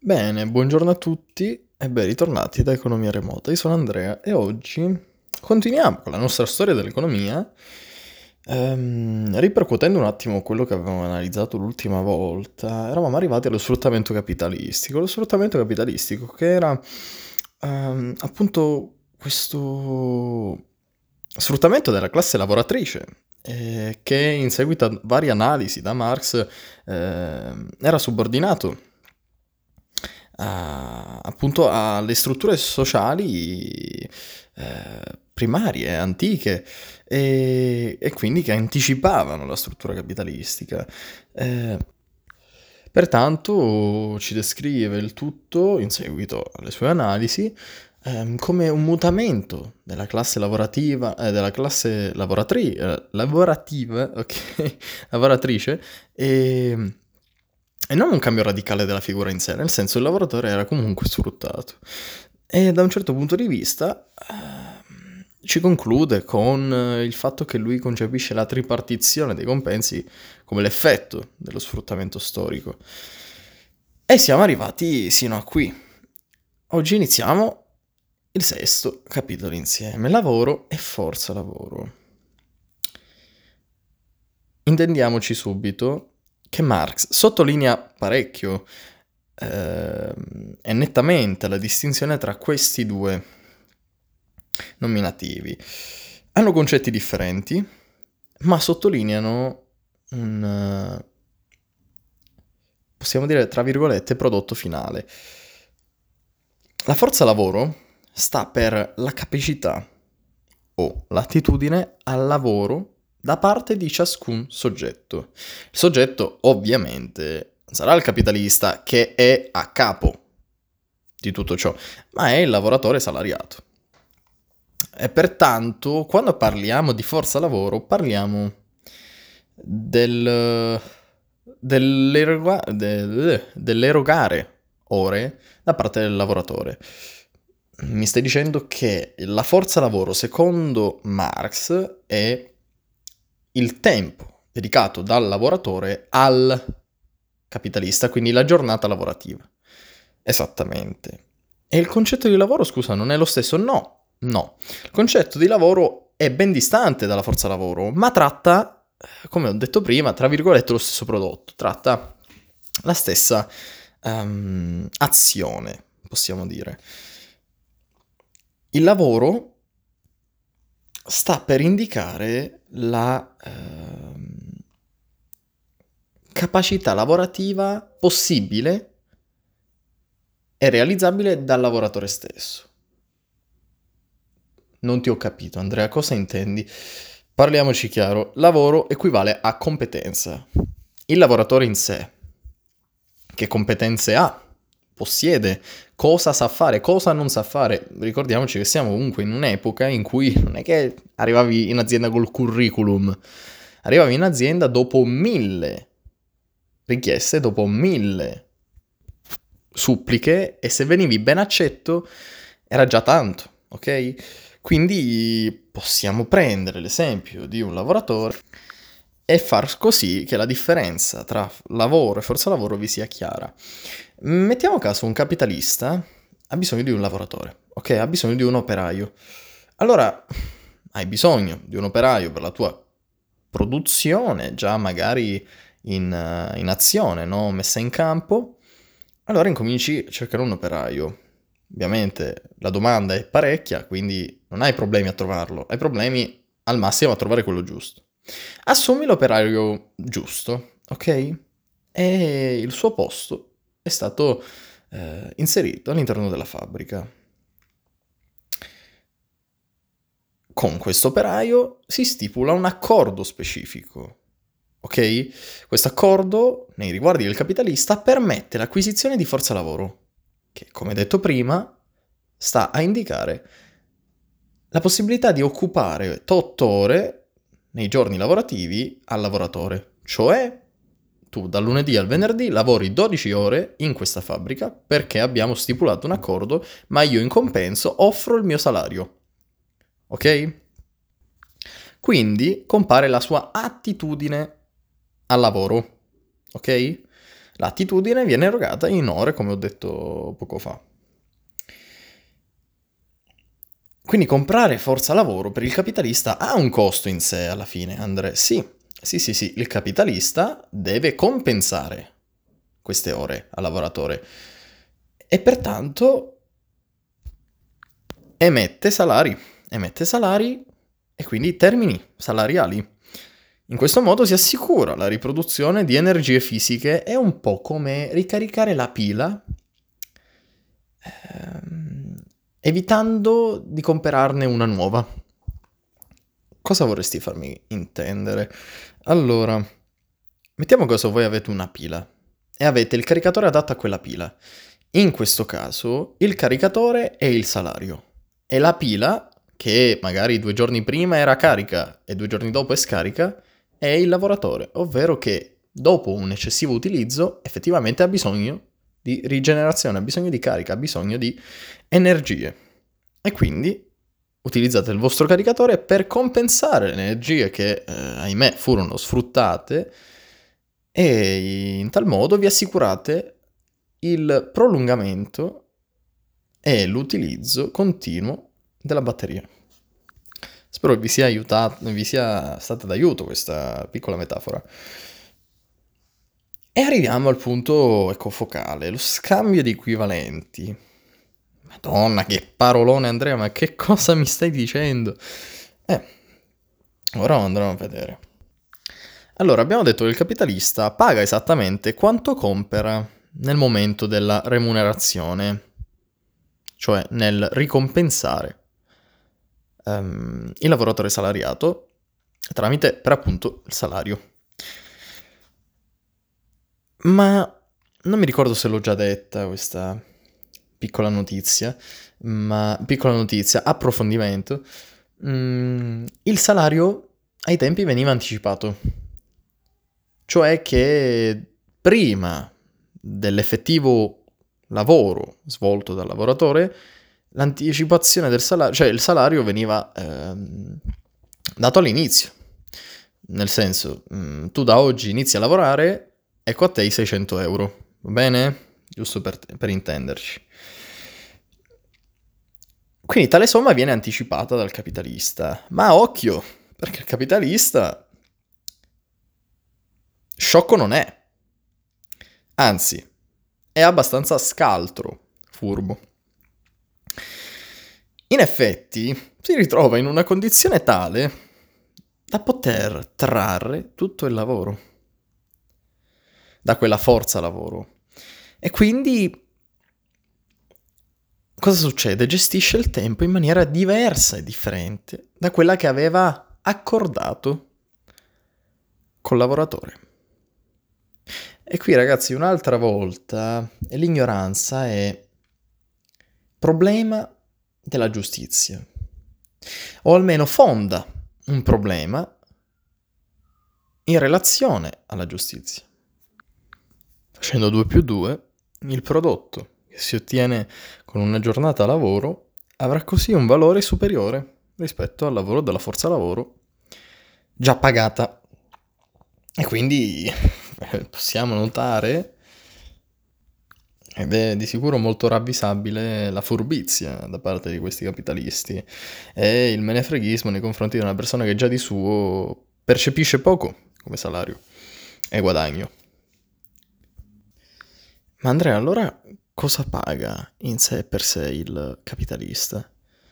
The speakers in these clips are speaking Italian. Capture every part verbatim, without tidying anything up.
Bene, buongiorno a tutti e ben ritornati da Economia Remota. Io sono Andrea e oggi continuiamo con la nostra storia dell'economia, ehm, ripercuotendo un attimo quello che avevamo analizzato l'ultima volta. Eravamo arrivati allo sfruttamento capitalistico. Lo sfruttamento capitalistico che era ehm, appunto questo sfruttamento della classe lavoratrice, eh, che in seguito a varie analisi da Marx ehm, era subordinato a- appunto alle strutture sociali eh, primarie, antiche, e, e quindi che anticipavano la struttura capitalistica. Eh, Pertanto ci descrive il tutto, in seguito alle sue analisi, ehm, come un mutamento della classe lavorativa, eh, della classe lavoratri- eh, lavorativa, ok, lavoratrice, e, e non un cambio radicale della figura in sé, nel senso il lavoratore era comunque sfruttato. E da un certo punto di vista ehm, ci conclude con eh, il fatto che lui concepisce la tripartizione dei compensi come l'effetto dello sfruttamento storico. E siamo arrivati sino a qui. Oggi iniziamo il sesto capitolo insieme, lavoro e forza lavoro. Intendiamoci subito che Marx sottolinea parecchio ehm, e nettamente la distinzione tra questi due nominativi. Hanno concetti differenti, ma sottolineano un, eh, possiamo dire, tra virgolette, prodotto finale. La forza lavoro sta per la capacità o l'attitudine al lavoro da parte di ciascun soggetto. Il soggetto ovviamente sarà il capitalista che è a capo di tutto ciò, ma è il lavoratore salariato. E pertanto, quando parliamo di forza lavoro, parliamo del, dell'eroga- del- dell'erogare ore da parte del lavoratore. Mi stai dicendo che la forza lavoro, secondo Marx, è il tempo dedicato dal lavoratore al capitalista, quindi la giornata lavorativa. Esattamente. E il concetto di lavoro, scusa, non è lo stesso? No, no. Il concetto di lavoro è ben distante dalla forza lavoro, ma tratta, come ho detto prima, tra virgolette lo stesso prodotto, tratta la stessa um, azione, possiamo dire. Il lavoro sta per indicare la ehm, capacità lavorativa possibile e realizzabile dal lavoratore stesso. Non ti ho capito, Andrea, cosa intendi? Parliamoci chiaro, lavoro equivale a competenza. Il lavoratore in sé, che competenze ha? Possiede? Cosa sa fare? Cosa non sa fare? Ricordiamoci che siamo comunque in un'epoca in cui non è che arrivavi in azienda col curriculum, arrivavi in azienda dopo mille richieste, dopo mille suppliche, e se venivi ben accetto era già tanto, ok? Quindi possiamo prendere l'esempio di un lavoratore e far così che la differenza tra lavoro e forza lavoro vi sia chiara. Mettiamo caso un capitalista ha bisogno di un lavoratore, ok? Ha bisogno di un operaio. Allora, hai bisogno di un operaio per la tua produzione, già magari in, eh, in azione, no? Messa in campo. Allora incominci a cercare un operaio. Ovviamente la domanda è parecchia, quindi non hai problemi a trovarlo, hai problemi al massimo a trovare quello giusto. Assumi l'operaio giusto, ok? E il suo posto è stato eh, inserito all'interno della fabbrica. Con questo operaio si stipula un accordo specifico, ok? Questo accordo, nei riguardi del capitalista, permette l'acquisizione di forza lavoro, che, come detto prima, sta a indicare la possibilità di occupare tot ore nei giorni lavorativi al lavoratore, cioè tu dal lunedì al venerdì lavori dodici ore in questa fabbrica perché abbiamo stipulato un accordo, ma io in compenso offro il mio salario, ok? Quindi compare la sua attitudine al lavoro, ok? L'attitudine viene erogata in ore, come ho detto poco fa. Quindi comprare forza lavoro per il capitalista ha un costo in sé alla fine, Andre. Sì, sì, sì, sì, il capitalista deve compensare queste ore al lavoratore e pertanto emette salari, emette salari e quindi termini salariali. In questo modo si assicura la riproduzione di energie fisiche, è un po' come ricaricare la pila, ehm, evitando di comprarne una nuova. Cosa vorresti farmi intendere? Allora, mettiamo caso voi avete una pila e avete il caricatore adatto a quella pila. In questo caso il caricatore è il salario e la pila, che magari due giorni prima era carica e due giorni dopo è scarica, è il lavoratore, ovvero che dopo un eccessivo utilizzo effettivamente ha bisogno di rigenerazione, ha bisogno di carica, ha bisogno di energie. E quindi utilizzate il vostro caricatore per compensare le energie che, eh, ahimè, furono sfruttate e in tal modo vi assicurate il prolungamento e l'utilizzo continuo della batteria. Spero vi sia aiutato, vi sia stata d'aiuto questa piccola metafora. E arriviamo al punto, ecco, focale, lo scambio di equivalenti. Madonna, che parolone, Andrea, ma che cosa mi stai dicendo? Eh, ora andremo a vedere. Allora, abbiamo detto che il capitalista paga esattamente quanto compra nel momento della remunerazione, cioè nel ricompensare um, il lavoratore salariato tramite, per appunto, il salario. Ma non mi ricordo se l'ho già detta questa piccola notizia, ma piccola notizia, approfondimento. Mm, il salario ai tempi veniva anticipato, cioè che prima dell'effettivo lavoro svolto dal lavoratore, l'anticipazione del salario, cioè il salario veniva ehm, dato all'inizio. Nel senso, mh, tu da oggi inizi a lavorare, ecco a te i seicento euro, va bene? Giusto per, per intenderci. Quindi tale somma viene anticipata dal capitalista, ma occhio, perché il capitalista sciocco non è, anzi, è abbastanza scaltro, furbo. In effetti, si ritrova in una condizione tale da poter trarre tutto il lavoro da quella forza lavoro. E quindi cosa succede? Gestisce il tempo in maniera diversa e differente da quella che aveva accordato col lavoratore. E qui, ragazzi, un'altra volta l'ignoranza è problema della giustizia, o almeno fonda un problema in relazione alla giustizia. Facendo due più due, il prodotto che si ottiene con una giornata lavoro avrà così un valore superiore rispetto al lavoro della forza lavoro già pagata. E quindi possiamo notare, ed è di sicuro molto ravvisabile, la furbizia da parte di questi capitalisti e il menefreghismo nei confronti di una persona che già di suo percepisce poco come salario e guadagno. Ma Andrea, allora cosa paga in sé e per sé il capitalista?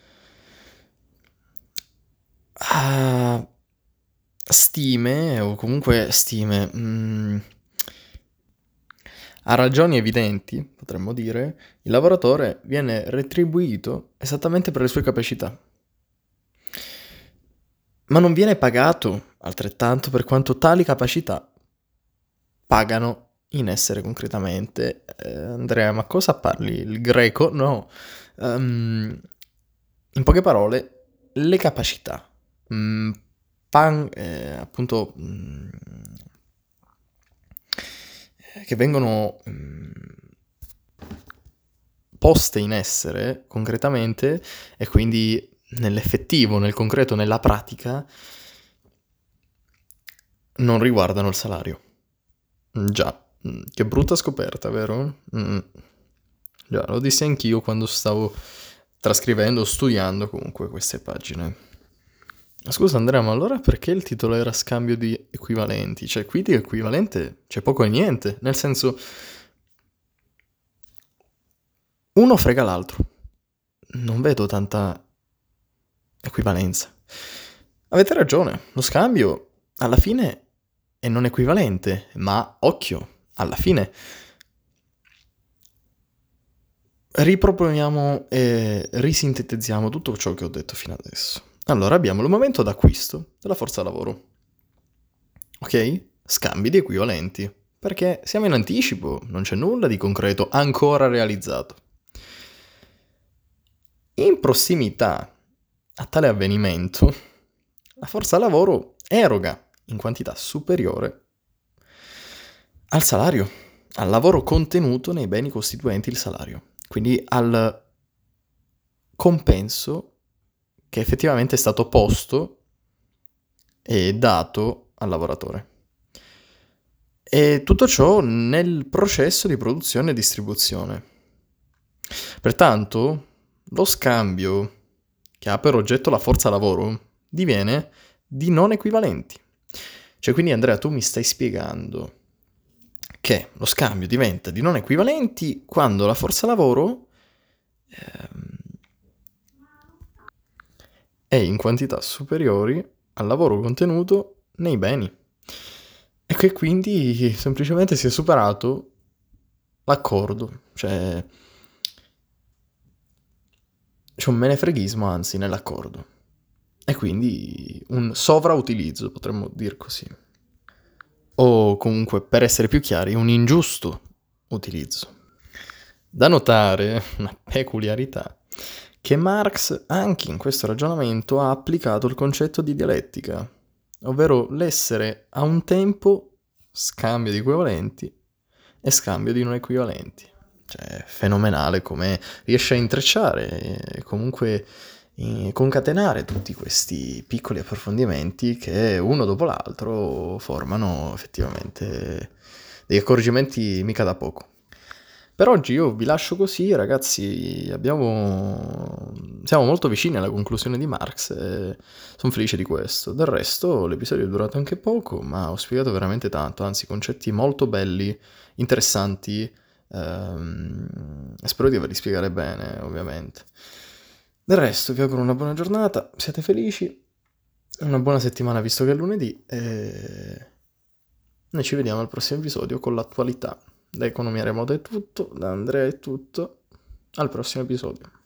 Ha stime, o comunque stime, mm, a ragioni evidenti, potremmo dire, il lavoratore viene retribuito esattamente per le sue capacità. Ma non viene pagato altrettanto per quanto tali capacità pagano in essere concretamente. Eh, Andrea, ma cosa parli? Il greco? No. Um, in poche parole, le capacità. Mm, pan, eh, appunto, mm, che vengono mm, poste in essere concretamente e quindi nell'effettivo, nel concreto, nella pratica, non riguardano il salario. Già. Mm, che brutta scoperta, vero? Mm. Già, lo dissi anch'io quando stavo trascrivendo, studiando comunque queste pagine. Scusa Andrea, ma allora perché il titolo era scambio di equivalenti? Cioè, qui di equivalente c'è poco e niente, nel senso, uno frega l'altro. Non vedo tanta equivalenza. Avete ragione, lo scambio alla fine è non equivalente, ma occhio, alla fine riproponiamo e risintetizziamo tutto ciò che ho detto fino adesso. Allora abbiamo il momento d'acquisto della forza lavoro. Ok? Scambi di equivalenti. Perché siamo in anticipo, non c'è nulla di concreto ancora realizzato. In prossimità a tale avvenimento, la forza lavoro eroga in quantità superiore al salario, al lavoro contenuto nei beni costituenti il salario, quindi al compenso che effettivamente è stato posto e dato al lavoratore. E tutto ciò nel processo di produzione e distribuzione. Pertanto, lo scambio che ha per oggetto la forza lavoro diviene di non equivalenti. Cioè, quindi Andrea, tu mi stai spiegando che lo scambio diventa di non equivalenti quando la forza lavoro ehm, è in quantità superiori al lavoro contenuto nei beni. E che quindi semplicemente si è superato l'accordo, cioè c'è un menefreghismo anzi nell'accordo e quindi un sovrautilizzo, potremmo dir così. O comunque, per essere più chiari, un ingiusto utilizzo. Da notare una peculiarità che Marx anche in questo ragionamento ha applicato il concetto di dialettica, ovvero l'essere a un tempo scambio di equivalenti e scambio di non equivalenti. Cioè, è fenomenale come riesce a intrecciare e comunque eh, concatenare tutti questi piccoli approfondimenti che uno dopo l'altro formano effettivamente degli accorgimenti mica da poco. Per oggi io vi lascio così, ragazzi, abbiamo... siamo molto vicini alla conclusione di Marx e sono felice di questo. Del resto l'episodio è durato anche poco, ma ho spiegato veramente tanto, anzi concetti molto belli, interessanti, ehm, e spero di averli spiegare bene, ovviamente. Del resto vi auguro una buona giornata, siate felici, una buona settimana visto che è lunedì e noi ci vediamo al prossimo episodio con l'attualità. Da Economia Remota è tutto, da Andrea è tutto, al prossimo episodio.